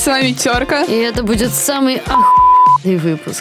С вами Терка. И это будет самый охуенный выпуск.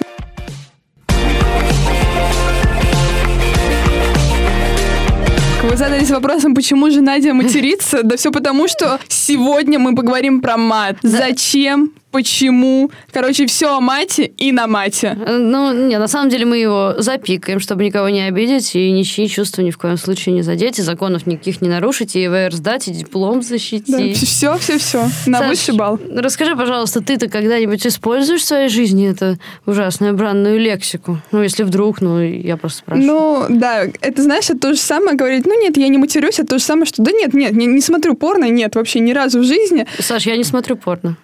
Вы задались вопросом, почему же Надя матерится? Да все потому, что сегодня мы поговорим про мат. Зачем? Почему? Короче, все о мате и на мате. На самом деле мы его запикаем, чтобы никого не обидеть и ничьи чувства ни в коем случае не задеть, и законов никаких не нарушить, и ИВР сдать, и диплом защитить. Да, все. На Саш, высший балл. Расскажи, пожалуйста, ты-то когда-нибудь используешь в своей жизни эту ужасную бранную лексику? Если вдруг, я просто спрашиваю. Да, это, знаешь, это то же самое говорить, нет, я не матерюсь, это то же самое, что нет, не смотрю порно, нет, вообще ни разу в жизни. Саш, я не смотрю порно.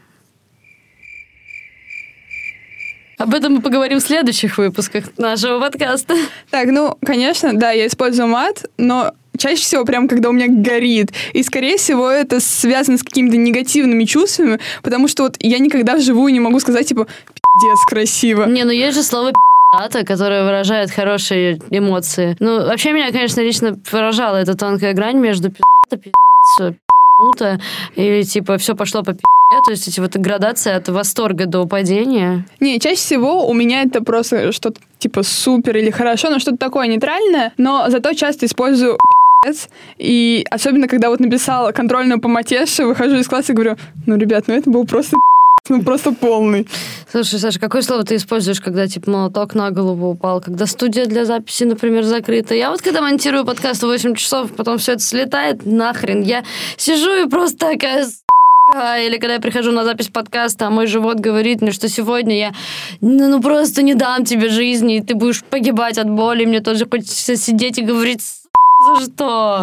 Об этом мы поговорим в следующих выпусках нашего подкаста. Так, конечно, да, я использую мат, но чаще всего прям когда у меня горит. И, скорее всего, это связано с какими-то негативными чувствами, потому что я никогда вживую не могу сказать, пиздец, красиво. Есть же слово пиздата, которое выражает хорошие эмоции. Вообще меня, конечно, лично поражала эта тонкая грань между пиздата, пизднуто, или все пошло по пиздец. То есть градация от восторга до падения. Не, чаще всего у меня это просто что-то супер или хорошо, но что-то такое нейтральное, но зато часто использую пиздец. И особенно, когда написала контрольную по матеше, выхожу из класса и говорю, ребят, это был просто просто полный. Слушай, Саша, какое слово ты используешь, когда молоток на голову упал, когда студия для записи, например, закрыта? Я когда монтирую подкаст в 8 часов, потом все это слетает нахрен. Я сижу и просто такая... Или когда я прихожу на запись подкаста, а мой живот говорит мне, что сегодня я просто не дам тебе жизни, и ты будешь погибать от боли. Мне тоже хочется сидеть и говорить, за что?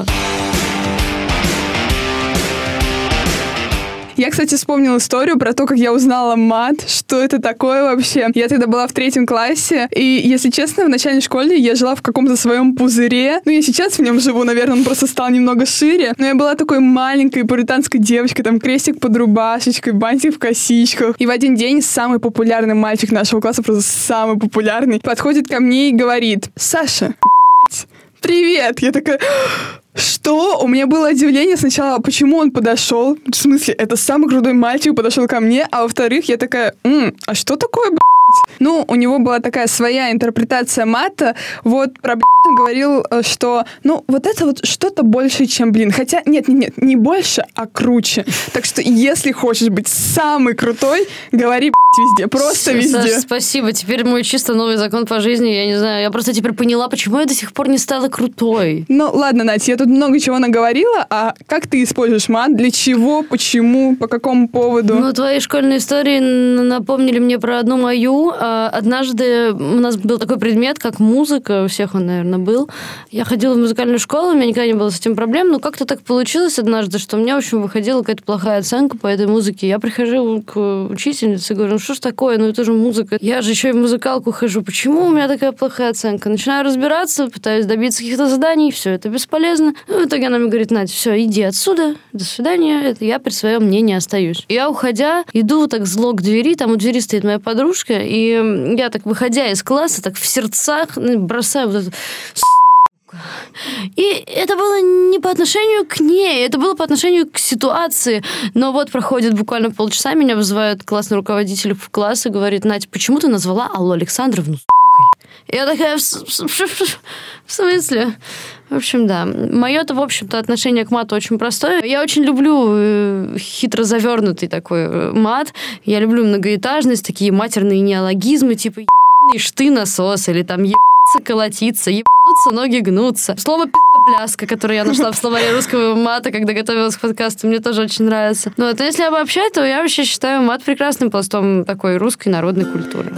Я, кстати, вспомнила историю про то, как я узнала мат, что это такое вообще. Я тогда была в 3 классе, и, если честно, в начальной школе я жила в каком-то своем пузыре. Я сейчас в нем живу, наверное, он просто стал немного шире. Но я была такой маленькой пуританской девочкой, крестик под рубашечкой, бантик в косичках. И в один день самый популярный мальчик нашего класса, просто самый популярный, подходит ко мне и говорит: «Саша, привет!» Я такая... Что? У меня было удивление сначала, почему он подошел. В смысле, это самый крутой мальчик подошел ко мне, а во-вторых, я такая, а что такое, у него была такая своя интерпретация мата. Про он говорил, что, это что-то больше, чем блин. Хотя, нет, не больше, а круче. Так что, если хочешь быть самый крутой, говори везде, просто везде. Саша, спасибо. Теперь мой чисто новый закон по жизни. Я не знаю, я просто теперь поняла, почему я до сих пор не стала крутой. Ладно, Надь, я тут много чего наговорила, а как ты используешь мат? Для чего? Почему? По какому поводу? Твои школьные истории напомнили мне про одну мою. Однажды у нас был такой предмет, как музыка. У всех он, наверное, был. Я ходила в музыкальную школу, у меня никогда не было с этим проблем, но как-то так получилось однажды, что у меня, в общем, выходила какая-то плохая оценка по этой музыке. Я прихожу к учительнице и говорю, что ж такое, это же музыка. Я же еще и в музыкалку хожу. Почему у меня такая плохая оценка? Начинаю разбираться, пытаюсь добиться каких-то заданий, все это бесполезно. В итоге она мне говорит: Надя, все, иди отсюда, до свидания, это я при своем мнении остаюсь. Я, уходя, иду так зло к двери, там у двери стоит моя подружка, и я так, выходя из класса, так в сердцах бросаю вот эту... И это было не по отношению к ней, это было по отношению к ситуации. Но проходит буквально полчаса, меня вызывает классный руководитель в класс и говорит: Надя, почему ты назвала Аллу Александровну с***кой? Я такая, в смысле? В общем, да. Мое-то, в общем-то, отношение к мату очень простое. Я очень люблю хитро завернутый такой мат. Я люблю многоэтажность, такие матерные неологизмы, ебаный шты насос, или там ебаться, колотиться, ебаться, ноги гнутся. Слово пиздопляска, которое я нашла в словаре русского мата, когда готовилась к подкасту, мне тоже очень нравится. Но если обобщать, то я вообще считаю мат прекрасным пластом такой русской народной культуры.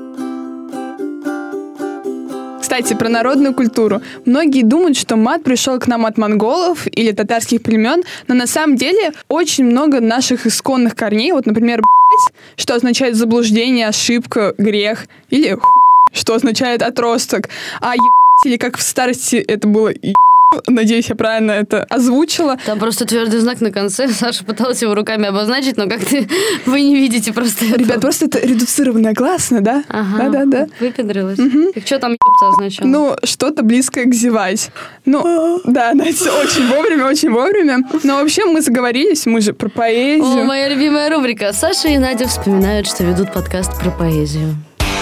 Кстати, про народную культуру. Многие думают, что мат пришел к нам от монголов или татарских племен, но на самом деле очень много наших исконных корней. Например, что означает заблуждение, ошибка, грех, или что означает отросток. А или как в старости это было Надеюсь, я правильно это озвучила. Там просто твердый знак на конце. Саша пыталась его руками обозначить, но как-то вы не видите просто этого. Ребят, просто это редуцированное гласно, да? Ага, да. выпендрилась. Так что там ёпта означало? Ну, что-то близкое к зевать. Ну, да, Настя, очень вовремя. Но вообще мы заговорились, мы же про поэзию. О, моя любимая рубрика. Саша и Надя вспоминают, что ведут подкаст про поэзию.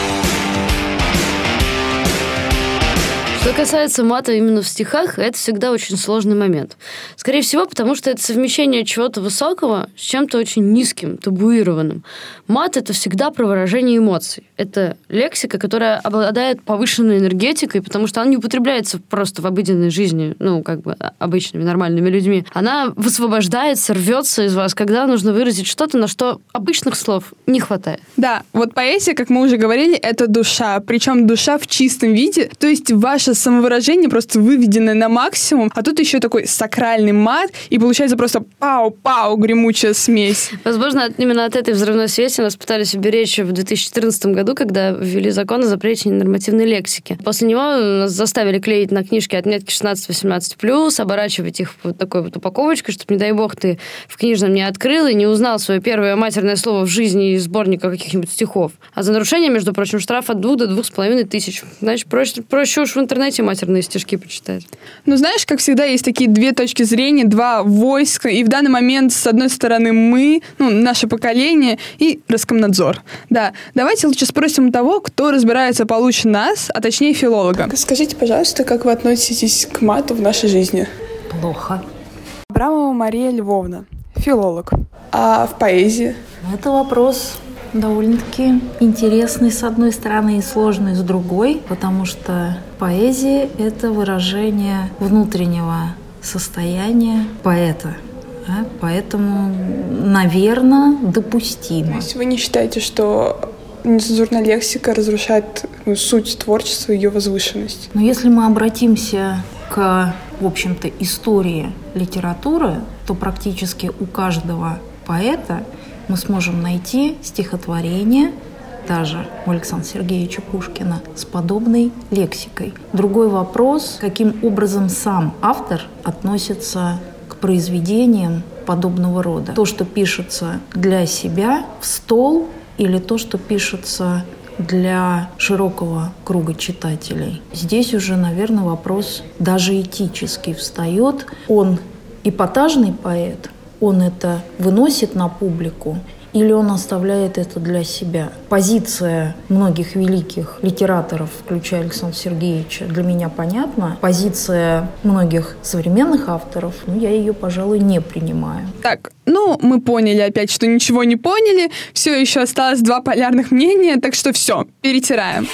Что касается мата именно в стихах, это всегда очень сложный момент. Скорее всего, потому что это совмещение чего-то высокого с чем-то очень низким, табуированным. Мат — это всегда про выражение эмоций. Это лексика, которая обладает повышенной энергетикой, потому что она не употребляется просто в обыденной жизни, обычными, нормальными людьми. Она высвобождается, рвется из вас, когда нужно выразить что-то, на что обычных слов не хватает. Да, вот поэзия, как мы уже говорили, это душа. Причем душа в чистом виде, то есть ваше самовыражение просто выведенное на максимум, а тут еще такой сакральный мат, и получается просто пау-пау, гремучая смесь. Возможно, именно от этой взрывной смеси нас пытались уберечь в 2014 году, когда ввели закон о запрете ненормативной лексики. После него нас заставили клеить на книжки отметки 16-18+, оборачивать их вот такой вот упаковочкой, чтобы, не дай бог, ты в книжном не открыл и не узнал свое первое матерное слово в жизни из сборника каких-нибудь стихов. А за нарушение, между прочим, штраф от 2 до 2,5 тысяч. Значит, проще уж в интернете матерные стишки почитать. Ну, знаешь, как всегда, есть такие две точки зрения, два войска, и в данный момент, с одной стороны, мы, наше поколение, и Роскомнадзор. Да, давайте лучше спросим у того, кто разбирается получше нас, а точнее филолога. Скажите, пожалуйста, как вы относитесь к мату в нашей жизни? Плохо. Абрамова Мария Львовна, филолог. А в поэзии? Это вопрос довольно-таки интересный с одной стороны и сложный с другой, потому что поэзия — это выражение внутреннего состояния поэта. Да? Поэтому, наверное, допустимо. То есть вы не считаете, что нецензурная лексика разрушает суть творчества и ее возвышенность? Но если мы обратимся к, в общем-то, истории литературы, то практически у каждого поэта мы сможем найти стихотворение, даже у Александра Сергеевича Пушкина, с подобной лексикой. Другой вопрос, каким образом сам автор относится к произведениям подобного рода. То, что пишется для себя в стол, или то, что пишется для широкого круга читателей. Здесь уже, наверное, вопрос даже этический встает. Он эпатажный поэт, он это выносит на публику, или он оставляет это для себя? Позиция многих великих литераторов, включая Александра Сергеевича, для меня понятна. Позиция многих современных авторов, я ее, пожалуй, не принимаю. Так, мы поняли опять, что ничего не поняли. Все, еще осталось два полярных мнения, так что все, перетираем.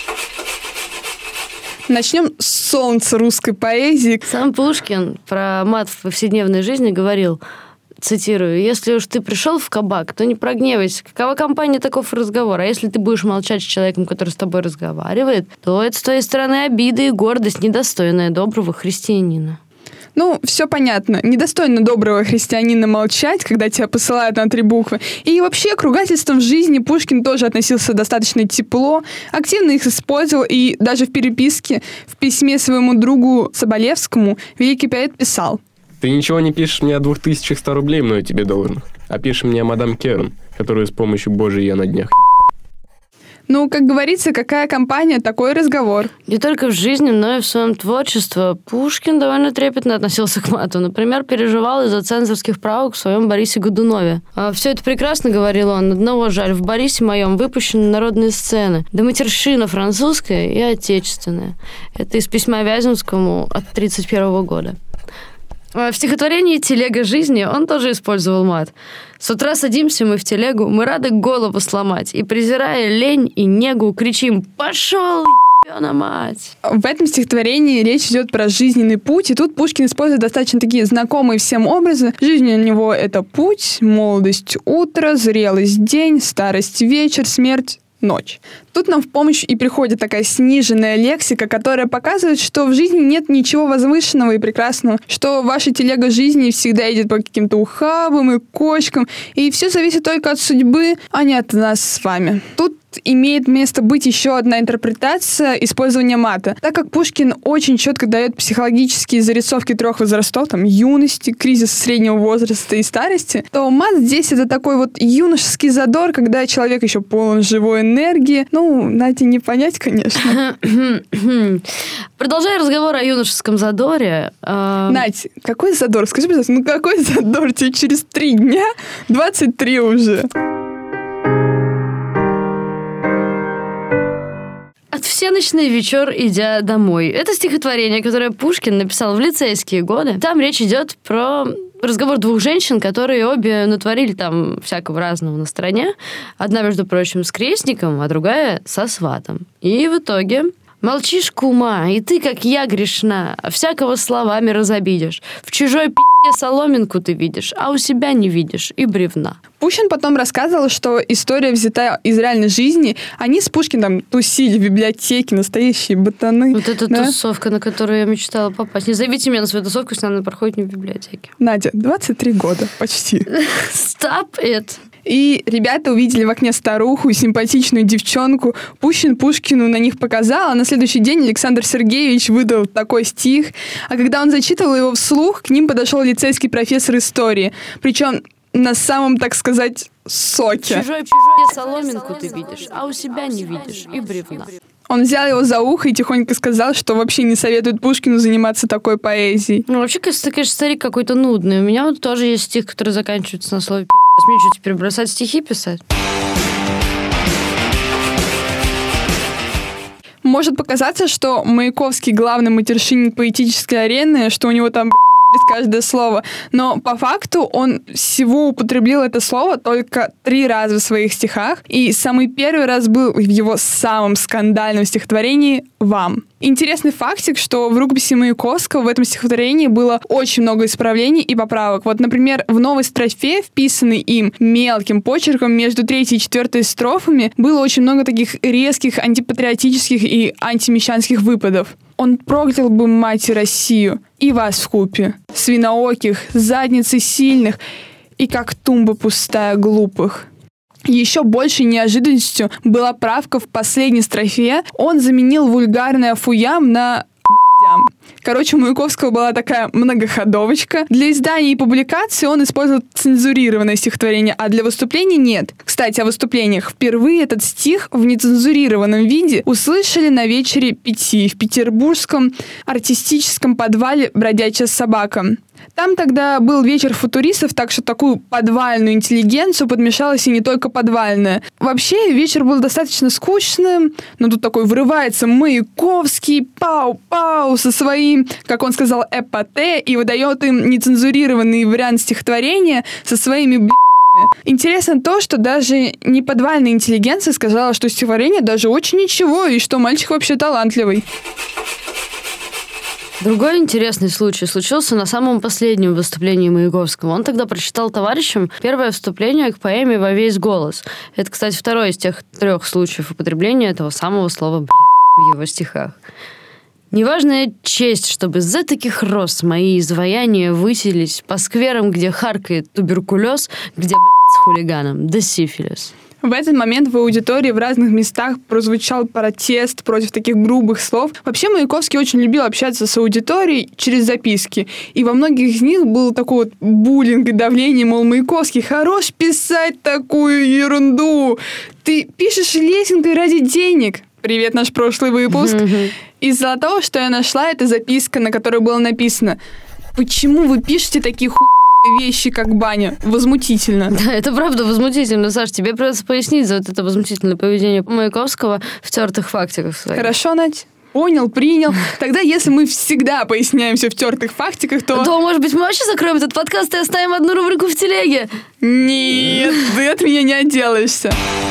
Начнем с солнца русской поэзии. Сам Пушкин про мат в повседневной жизни говорил, цитирую, «Если уж ты пришел в кабак, то не прогневайся. Какова компания, таков разговор. А если ты будешь молчать с человеком, который с тобой разговаривает, то это с твоей стороны обида и гордость, недостойная доброго христианина». Все понятно. Недостойно доброго христианина молчать, когда тебя посылают на 3 буквы. И вообще к ругательствам в жизни Пушкин тоже относился достаточно тепло, активно их использовал, и даже в переписке, в письме своему другу Соболевскому великий поэт писал: «Ты ничего не пишешь мне о 2100 рублей, мною тебе должен, а пишешь мне о мадам Керн, которую с помощью Божией я на днях». Как говорится, какая компания, такой разговор. Не только в жизни, но и в своем творчестве Пушкин довольно трепетно относился к мату. Например, переживал из-за цензорских правок в своем Борисе Годунове. «Все это прекрасно, — говорил он, — одного жаль, в Борисе моем выпущены народные сцены, да матершина французская и отечественная». Это из письма Вяземскому от 1931 года. В стихотворении «Телега жизни» он тоже использовал мат. «С утра садимся мы в телегу, мы рады голову сломать, и, презирая лень и негу, кричим: пошел, ебёна мать!» В этом стихотворении речь идет про жизненный путь, и тут Пушкин использует достаточно такие знакомые всем образы. Жизнь у него — это путь, молодость — утро, зрелость — день, старость — вечер, смерть — ночь. Тут нам в помощь и приходит такая сниженная лексика, которая показывает, что в жизни нет ничего возвышенного и прекрасного, что ваша телега жизни всегда идет по каким-то ухабам и кочкам, и все зависит только от судьбы, а не от нас с вами. Тут имеет место быть еще одна интерпретация использования мата. Так как Пушкин очень четко дает психологические зарисовки 3 возрастов, там, юности, кризиса среднего возраста и старости, то мат здесь это такой вот юношеский задор, когда человек еще полон живой энергии. Ну, Надя, не понять, конечно. Продолжая разговор о юношеском задоре... Надь, какой задор? Скажи, пожалуйста, ну какой задор? Тебе через 3 дня 23 уже. От всеночный вечер, идя домой. Это стихотворение, которое Пушкин написал в лицейские годы. Там речь идет про разговор 2 женщин, которые обе натворили там всякого разного на стороне. Одна, между прочим, с крестником, а другая со сватом. И в итоге... Молчишь, кума, и ты, как я, грешна, а всякого словами разобидишь. В чужой пи***е соломинку ты видишь, а у себя не видишь и бревна. Пущин потом рассказывал, что история взята из реальной жизни. Они с Пушкиным тусили в библиотеке, настоящие ботаны. Вот это тусовка, на которую я мечтала попасть. Не зовите меня на свою тусовку, если она проходит не в библиотеке. Надя, 23 года почти. Stop it. И ребята увидели в окне старуху, симпатичную девчонку. Пущин Пушкину на них показал, а на следующий день Александр Сергеевич выдал такой стих. А когда он зачитывал его вслух, к ним подошел лицейский профессор истории. Причем на самом, так сказать, соке. Чужой соломинку ты видишь, а у себя не видишь и бревна. Он взял его за ухо и тихонько сказал, что вообще не советует Пушкину заниматься такой поэзией. Ну, вообще, ты, конечно, старик какой-то нудный. У меня вот тоже есть стих, который заканчивается на слове «пи***». Мне что, теперь бросать стихи писать? Может показаться, что Маяковский главный матершинник поэтической арены, что у него там каждое слово. Но по факту он всего употребил это слово только 3 раза в своих стихах. И самый первый раз был в его самом скандальном стихотворении «Вам». Интересный фактик, что в рукописи Маяковского в этом стихотворении было очень много исправлений и поправок. Вот, например, в новой строфе, вписанной им мелким почерком между 3-й и 4-й строфами, было очень много таких резких антипатриотических и антимещанских выпадов. Он проклял бы мать и Россию, и вас вкупе, свинооких, задницы сильных, и как тумба пустая глупых. Еще большей неожиданностью была правка в последней строфе. Он заменил вульгарное «фуям» на «б***ям». Короче, у Маяковского была такая многоходовочка. Для издания и публикации он использовал цензурированное стихотворение, а для выступлений нет. Кстати, о выступлениях. Впервые этот стих в нецензурированном виде услышали на вечере Пяти в петербургском артистическом подвале «Бродячая собака». Там тогда был вечер футуристов, так что такую подвальную интеллигенцию подмешалась и не только подвальная. Вообще, вечер был достаточно скучным, но тут такой врывается Маяковский, пау-пау, со своим, как он сказал, эпоте, и выдает им нецензурированный вариант стихотворения со своими б***ми. Интересно то, что даже не подвальная интеллигенция сказала, что стихотворение даже очень ничего, и что мальчик вообще талантливый. Другой интересный случай случился на самом последнем выступлении Маяковского. Он тогда прочитал товарищам первое вступление к поэме «Во весь голос». Это, кстати, второй из тех 3 случаев употребления этого самого слова «бля» в его стихах. «Неважная честь, чтобы за таких рост мои изваяния высились по скверам, где харкает туберкулез, где, с хулиганом, да сифилис». В этот момент в аудитории в разных местах прозвучал протест против таких грубых слов. Вообще Маяковский очень любил общаться с аудиторией через записки. И во многих из них был такой вот буллинг и давление, мол, Маяковский, хорош писать такую ерунду. Ты пишешь лесенкой ради денег. Привет, наш прошлый выпуск. Из-за того, что я нашла, это записка, на которой было написано: «Почему вы пишете такие вещи, как баня?» Возмутительно. Да, это правда возмутительно, Саш. Тебе придется пояснить за вот это возмутительное поведение Маяковского в тертых фактиках своих. Хорошо, Надь. Понял, принял. Тогда, если мы всегда поясняем все в тертых фактиках, то... То, может быть, мы вообще закроем этот подкаст и оставим одну рубрику в телеге? Нет, ты от меня не отделаешься.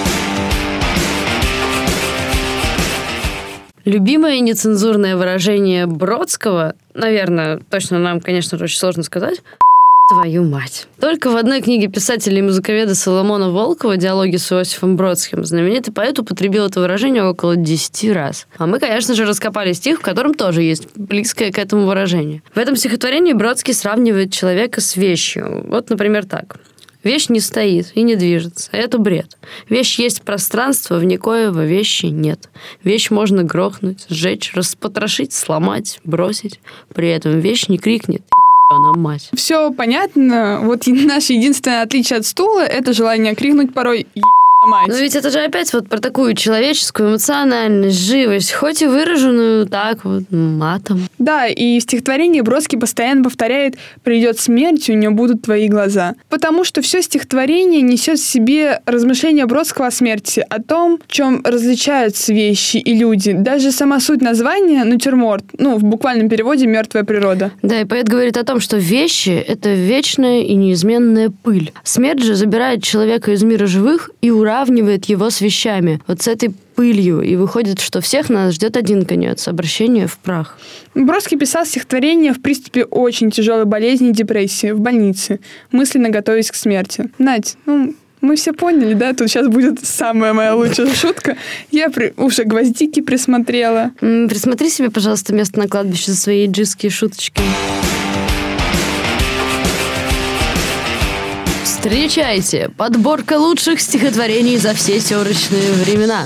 Любимое нецензурное выражение Бродского, наверное, точно нам, конечно, очень сложно сказать, твою мать. Только в одной книге писателя и музыковеда Соломона Волкова «Диалоги с Иосифом Бродским» знаменитый поэт употребил это выражение около 10 раз. А мы, конечно же, раскопали стих, в котором тоже есть близкое к этому выражение. В этом стихотворении Бродский сравнивает человека с вещью. Вот, например, так. Вещь не стоит и не движется. Это бред. Вещь есть пространство, вне коего вещи нет. Вещь можно грохнуть, сжечь, распотрошить, сломать, бросить. При этом вещь не крикнет «ебаная мать». Все понятно. Вот наше единственное отличие от стула — это желание крикнуть порой «ебаная мать». Но ведь это же опять вот про такую человеческую эмоциональность, живость, хоть и выраженную так вот матом. Да, и в стихотворении Бродский постоянно повторяет «придет смерть, у нее будут твои глаза». Потому что все стихотворение несет в себе размышления Бродского о смерти, о том, в чем различаются вещи и люди. Даже сама суть названия «натюрморт», в буквальном переводе «мертвая природа». Да, и поэт говорит о том, что вещи — это вечная и неизменная пыль. Смерть же забирает человека из мира живых и уравнивает его с вещами. Вот с этой пылью. И выходит, что всех нас ждет один конец — обращение в прах. Бродский писал стихотворение в приступе очень тяжелой болезни и депрессии, в больнице, мысленно готовясь к смерти. Надь, мы все поняли, да? Тут сейчас будет самая моя лучшая шутка. Я уже гвоздики присмотрела. Присмотри себе, пожалуйста, место на кладбище за свои иджистские шуточки. Встречайте! Подборка лучших стихотворений за все терочные времена.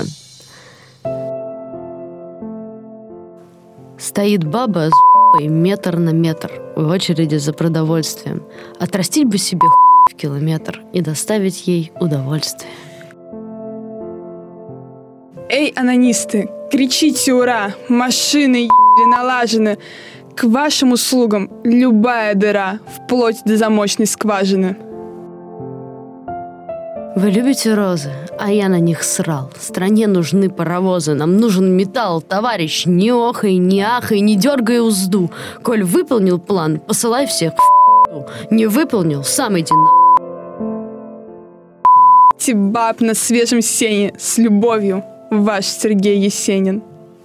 Стоит баба с ***ой метр на метр в очереди за продовольствием. Отрастить бы себе в километр и доставить ей удовольствие. Эй, анонисты, кричите ура! Машины ебли налажены. К вашим услугам любая дыра, вплоть до замочной скважины. Вы любите розы, а я на них срал. Стране нужны паровозы, нам нужен металл, товарищ. Не охай, не ахай, не дергай узду. Коль выполнил план, посылай всех в не выполнил, сам иди Баб на свежем сене, с любовью, ваш Сергей Есенин.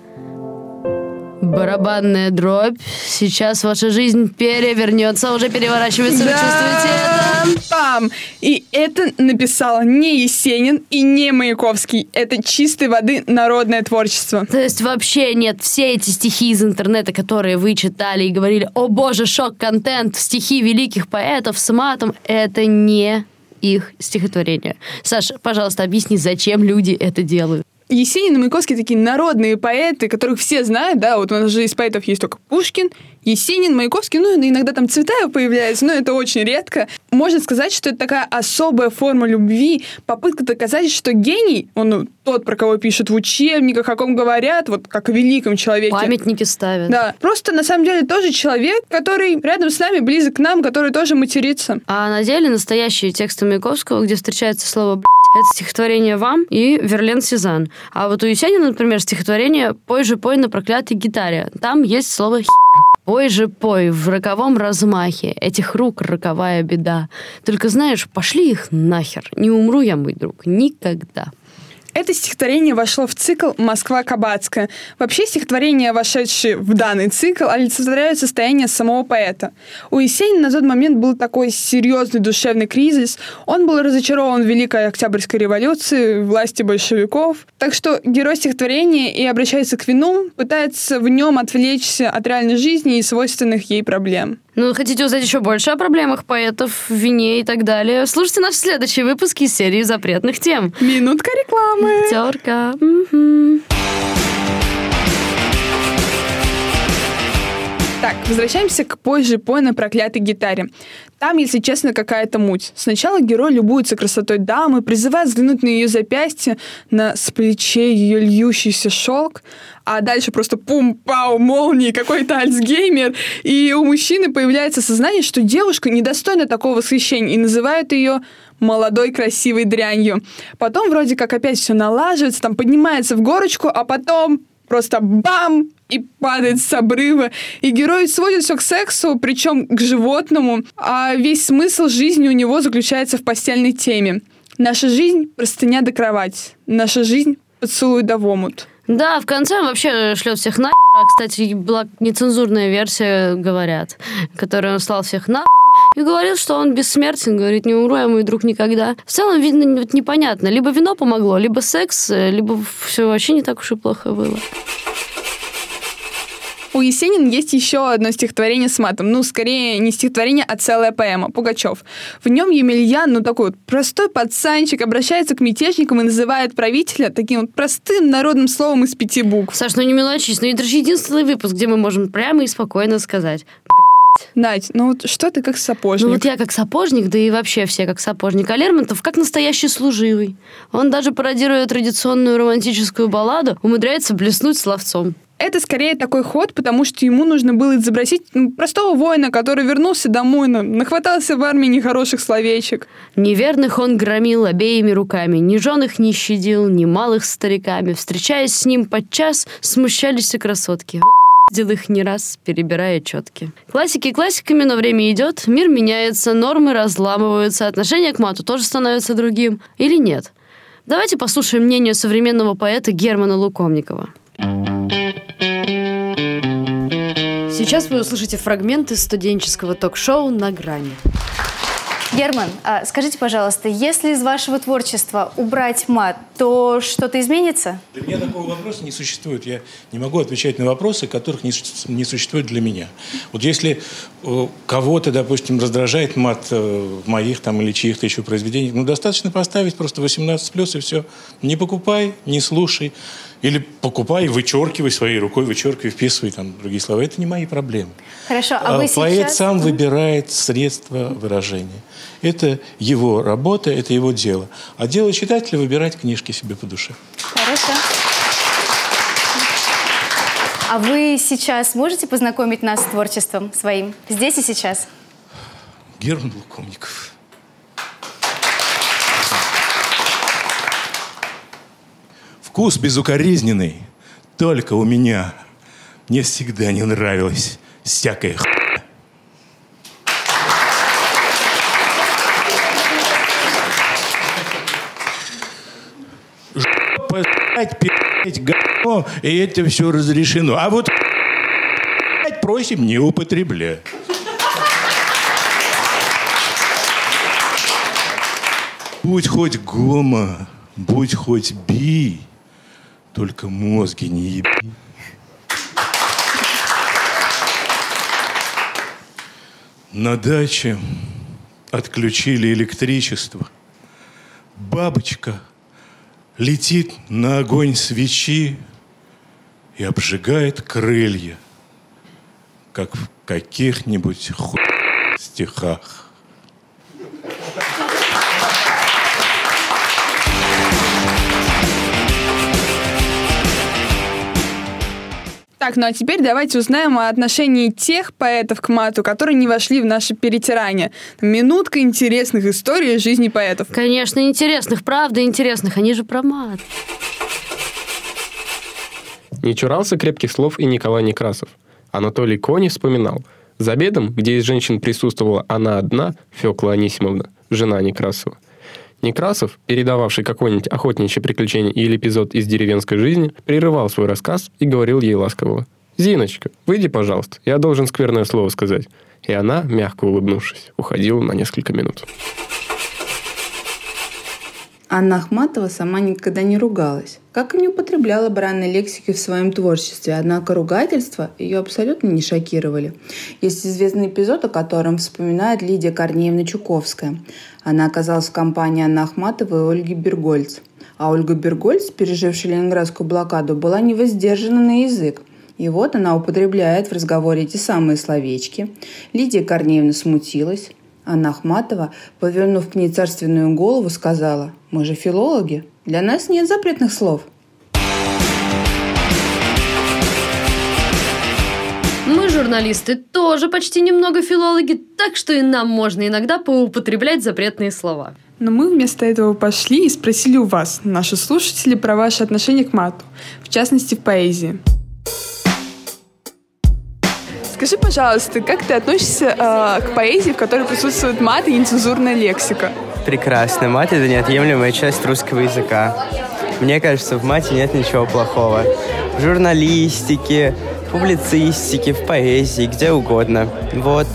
Барабанная дробь. Сейчас ваша жизнь перевернется, уже переворачивается. Вы чувствуете это? Пам! И это написал не Есенин и не Маяковский. Это чистой воды народное творчество. То есть вообще нет, все эти стихи из интернета, которые вы читали и говорили: «О боже, шок-контент, стихи великих поэтов с матом», это не их стихотворение. Саша, пожалуйста, объясни, зачем люди это делают? Есенин и Маяковский такие народные поэты, которых все знают, да, вот у нас же из поэтов есть только Пушкин, Есенин, Маяковский, иногда там Цветаев появляется, но это очень редко. Можно сказать, что это такая особая форма любви, попытка доказать, что гений, он тот, про кого пишут в учебниках, о ком говорят, вот как о великом человеке. Памятники ставят. Да, просто на самом деле тоже человек, который рядом с нами, близок к нам, который тоже матерится. А на деле настоящие тексты Маяковского, где встречается слово «блядь», это стихотворение «Вам» и «Верлен Сезанн». А вот у Есенина, например, стихотворение «Пой же, пой на проклятой гитаре». Там есть слово «хер». Пой же, пой в роковом размахе, этих рук роковая беда. Только знаешь, пошли их нахер, не умру я, мой друг, никогда. Это стихотворение вошло в цикл «Москва-Кабацкая». Вообще стихотворения, вошедшие в данный цикл, олицетворяют состояние самого поэта. У Есенина на тот момент был такой серьезный душевный кризис. Он был разочарован в Великой Октябрьской революции, власти большевиков. Так что герой стихотворения и обращается к вину, пытается в нем отвлечься от реальной жизни и свойственных ей проблем. Хотите узнать еще больше о проблемах поэтов, вине и так далее? Слушайте наши следующие выпуски из серии запретных тем. Минутка рекламы. Терка. Так, возвращаемся к «Пой же, пой на проклятой гитаре». Там, если честно, какая-то муть. Сначала герой любуется красотой дамы, призывает взглянуть на ее запястье, с плечей ее льющийся шелк, а дальше просто пум-пау, молнии, какой-то альцгеймер, и у мужчины появляется сознание, что девушка недостойна такого восхищения, и называют ее молодой красивой дрянью. Потом вроде как опять все налаживается, там поднимается в горочку, а потом просто бам! И падает с обрыва. И герой сводит все к сексу, причем к животному. А весь смысл жизни у него заключается в постельной теме. Наша жизнь — простыня до кровати. Наша жизнь — поцелуй до вомут. Да, в конце он вообще шлет всех нахер. Кстати, была нецензурная версия, говорят, которой он слал всех нахер. И говорил, что он бессмертен, говорит, не умру я, мой друг, никогда. В целом, видно, непонятно. Либо вино помогло, либо секс, либо все вообще не так уж и плохо было. У Есенина есть еще одно стихотворение с матом. Ну, скорее, не стихотворение, а целая поэма «Пугачев». В нем Емельян, такой вот простой пацанчик, обращается к мятежникам и называет правителя таким вот простым народным словом из 5 букв. Саш, не мелочись, это же единственный выпуск, где мы можем прямо и спокойно сказать. Надь, что ты как сапожник? Я как сапожник, да и вообще все как сапожник. А Лермонтов как настоящий служивый. Он даже пародируя традиционную романтическую балладу, умудряется блеснуть словцом. Это скорее такой ход, потому что ему нужно было изобразить простого воина, который вернулся домой, нахватался в армии нехороших словечек. Неверных он громил обеими руками, ни жен их не щадил, ни малых стариками. Встречаясь с ним подчас, смущались и красотки. Видел их не раз, перебирая четки. Классики классиками, но время идет, мир меняется, нормы разламываются, отношение к мату тоже становится другим. Или нет? Давайте послушаем мнение современного поэта Германа Лукомникова. Сейчас вы услышите фрагменты студенческого ток-шоу «На грани». Герман, скажите, пожалуйста, если из вашего творчества убрать мат, то что-то изменится? Для меня такого вопроса не существует. Я не могу отвечать на вопросы, которых не существует для меня. Вот если кого-то, допустим, раздражает мат в моих или чьих-то еще произведениях, достаточно поставить просто 18+, и все. Не покупай, не слушай. Или покупай, вычеркивай своей рукой, вычеркивай, вписывай другие слова. Это не мои проблемы. Хорошо, а вы поэт сейчас... сам выбирает средства выражения. Это его работа, это его дело. А дело читателя — выбирать книжки себе по душе. Хорошо. А вы сейчас можете познакомить нас с творчеством своим? Здесь и сейчас. Герман Лукомников. Вкус безукоризненный только у меня. Мне всегда не нравилась всякая хуйня. Жопа, пи***ть, говно, и это все разрешено. А вот просим не употреблять. Будь хоть гомо, будь хоть би, только мозги не еби. На даче отключили электричество. Бабочка летит на огонь свечи и обжигает крылья, как в каких-нибудь стихах. Так, а теперь давайте узнаем о отношении тех поэтов к мату, которые не вошли в наше перетирание. Минутка интересных историй из жизни поэтов. Конечно, интересных, правда интересных. Они же про мат. Не чурался крепких слов и Николай Некрасов. Анатолий Конев вспоминал. За обедом, где из женщин присутствовала она одна, Фёкла Анисимовна, жена Некрасова, Некрасов, передававший какое-нибудь охотничье приключение или эпизод из деревенской жизни, прерывал свой рассказ и говорил ей ласково: «Зиночка, выйди, пожалуйста, я должен скверное слово сказать». И она, мягко улыбнувшись, уходила на несколько минут. Анна Ахматова сама никогда не ругалась, как и не употребляла бранной лексики в своем творчестве, однако ругательства ее абсолютно не шокировали. Есть известный эпизод, о котором вспоминает Лидия Корнеевна Чуковская. Она оказалась в компании Анны Ахматовой и Ольги Бергольц. А Ольга Бергольц, пережившая ленинградскую блокаду, была невоздержана на язык. И вот она употребляет в разговоре эти самые словечки. Лидия Корнеевна смутилась. Анна Ахматова, повернув к ней царственную голову, сказала: «Мы же филологи, для нас нет запретных слов». Мы, журналисты, тоже почти немного филологи, так что и нам можно иногда поупотреблять запретные слова. Но мы вместо этого пошли и спросили у вас, наши слушатели, про ваше отношение к мату, в частности, в поэзии. Скажи, пожалуйста, как ты относишься к поэзии, в которой присутствует мат и нецензурная лексика? Прекрасно. Мат — это неотъемлемая часть русского языка. Мне кажется, в мате нет ничего плохого. В журналистике, в публицистике, в поэзии, где угодно. Вот.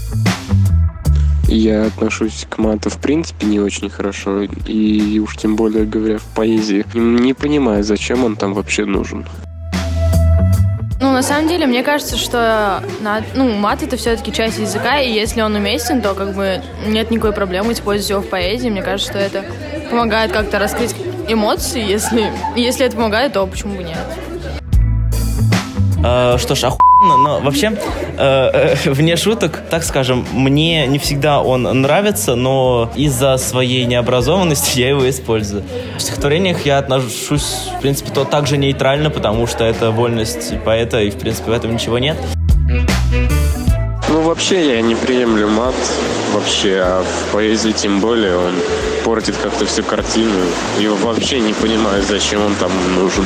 Я отношусь к мату в принципе не очень хорошо, и уж тем более говоря в поэзии. Не понимаю, зачем он там вообще нужен. на самом деле, мне кажется, что мат — это все-таки часть языка, и если он уместен, то как бы нет никакой проблемы использовать его в поэзии. Мне кажется, что это помогает как-то раскрыть эмоции. Если это помогает, то почему бы нет? Что ж, охуенно, но вообще, вне шуток, так скажем, мне не всегда он нравится, но из-за своей необразованности я его использую. В стихотворениях я отношусь, в принципе, так же нейтрально, потому что это вольность поэта, и, в принципе, в этом ничего нет. Ну, вообще, я не приемлю мат, вообще, а в поэзии тем более он портит как-то всю картину, и вообще не понимаю, зачем он там нужен.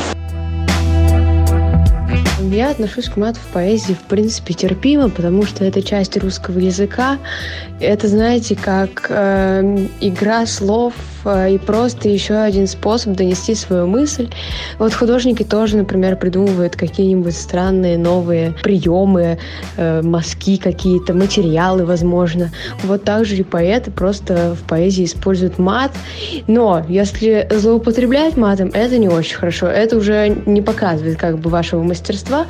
Я отношусь к мату в поэзии, в принципе, терпимо, потому что это часть русского языка. Это, знаете, как игра слов и просто еще один способ донести свою мысль. Вот художники тоже, например, придумывают какие-нибудь странные новые приемы, мазки какие-то, материалы, возможно. Вот так же и поэты просто в поэзии используют мат. Но если злоупотреблять матом, это не очень хорошо. Это уже не показывает как бы вашего мастерства.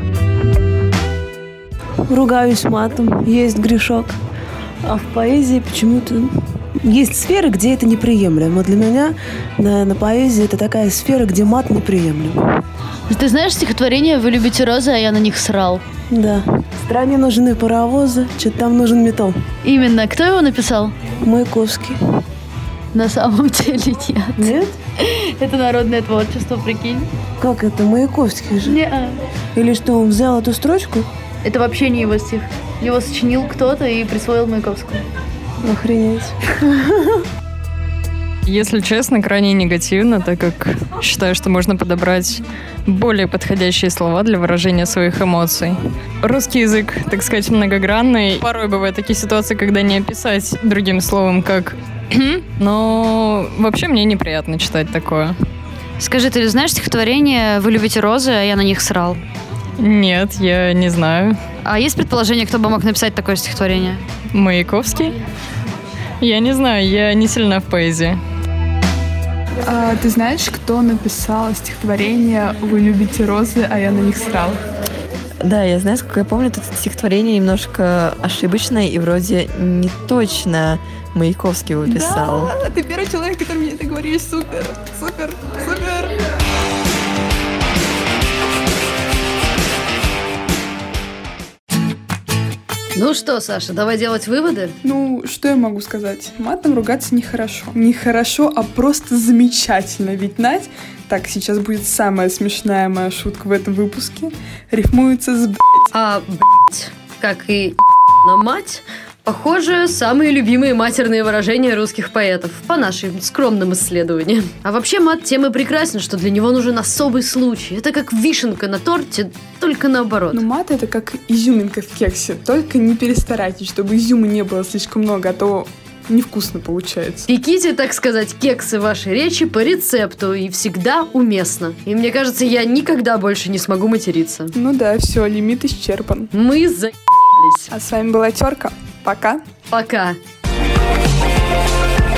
Ругаюсь матом, есть грешок. А в поэзии почему-то есть сферы, где это неприемлемо. Для меня на поэзии это такая сфера, где мат неприемлем. Ты знаешь стихотворение «Вы любите розы, а я на них срал»? Да. Стране нужны паровозы, что-то там нужен металл. Именно. Кто его написал? Маяковский. На самом деле нет. Нет? Это народное творчество, прикинь. Как это? Маяковский же? Не-а. Или что, он взял эту строчку? Это вообще не его стих. Его сочинил кто-то и присвоил Маяковскому. Охренеть. Если честно, крайне негативно, так как считаю, что можно подобрать более подходящие слова для выражения своих эмоций. Русский язык, так сказать, многогранный. Порой бывают такие ситуации, когда не описать другим словом, как но вообще мне неприятно читать такое. Скажи, ты знаешь стихотворение «Вы любите розы, а я на них срал»? Нет, я не знаю. А есть предположение, кто бы мог написать такое стихотворение? Маяковский? Я не знаю, я не сильна в поэзии. А ты знаешь, кто написал стихотворение «Вы любите розы, а я на них срал»? Да, я знаю, сколько я помню, это стихотворение немножко ошибочное и вроде не точно Маяковский его писал. Да, ты первый человек, который мне это говоришь. Супер, супер, супер. Ну что, Саша, давай делать выводы? Ну, что я могу сказать? Матом ругаться нехорошо. Не хорошо, а просто замечательно. Ведь Надь, так, сейчас будет самая смешная моя шутка в этом выпуске, рифмуется с блять. А блять, как и на мать, похоже, самые любимые матерные выражения русских поэтов, по нашим скромным исследованиям. А вообще мат тем и прекрасен, что для него нужен особый случай. Это как вишенка на торте, только наоборот. Но мат — это как изюминка в кексе. Только не перестарайтесь, чтобы изюма не было слишком много, а то невкусно получается. Пеките, так сказать, кексы вашей речи по рецепту, и всегда уместно. И мне кажется, я никогда больше не смогу материться. Ну да, все, лимит исчерпан. Мы заебались. А с вами была Терка. Пока. Пока.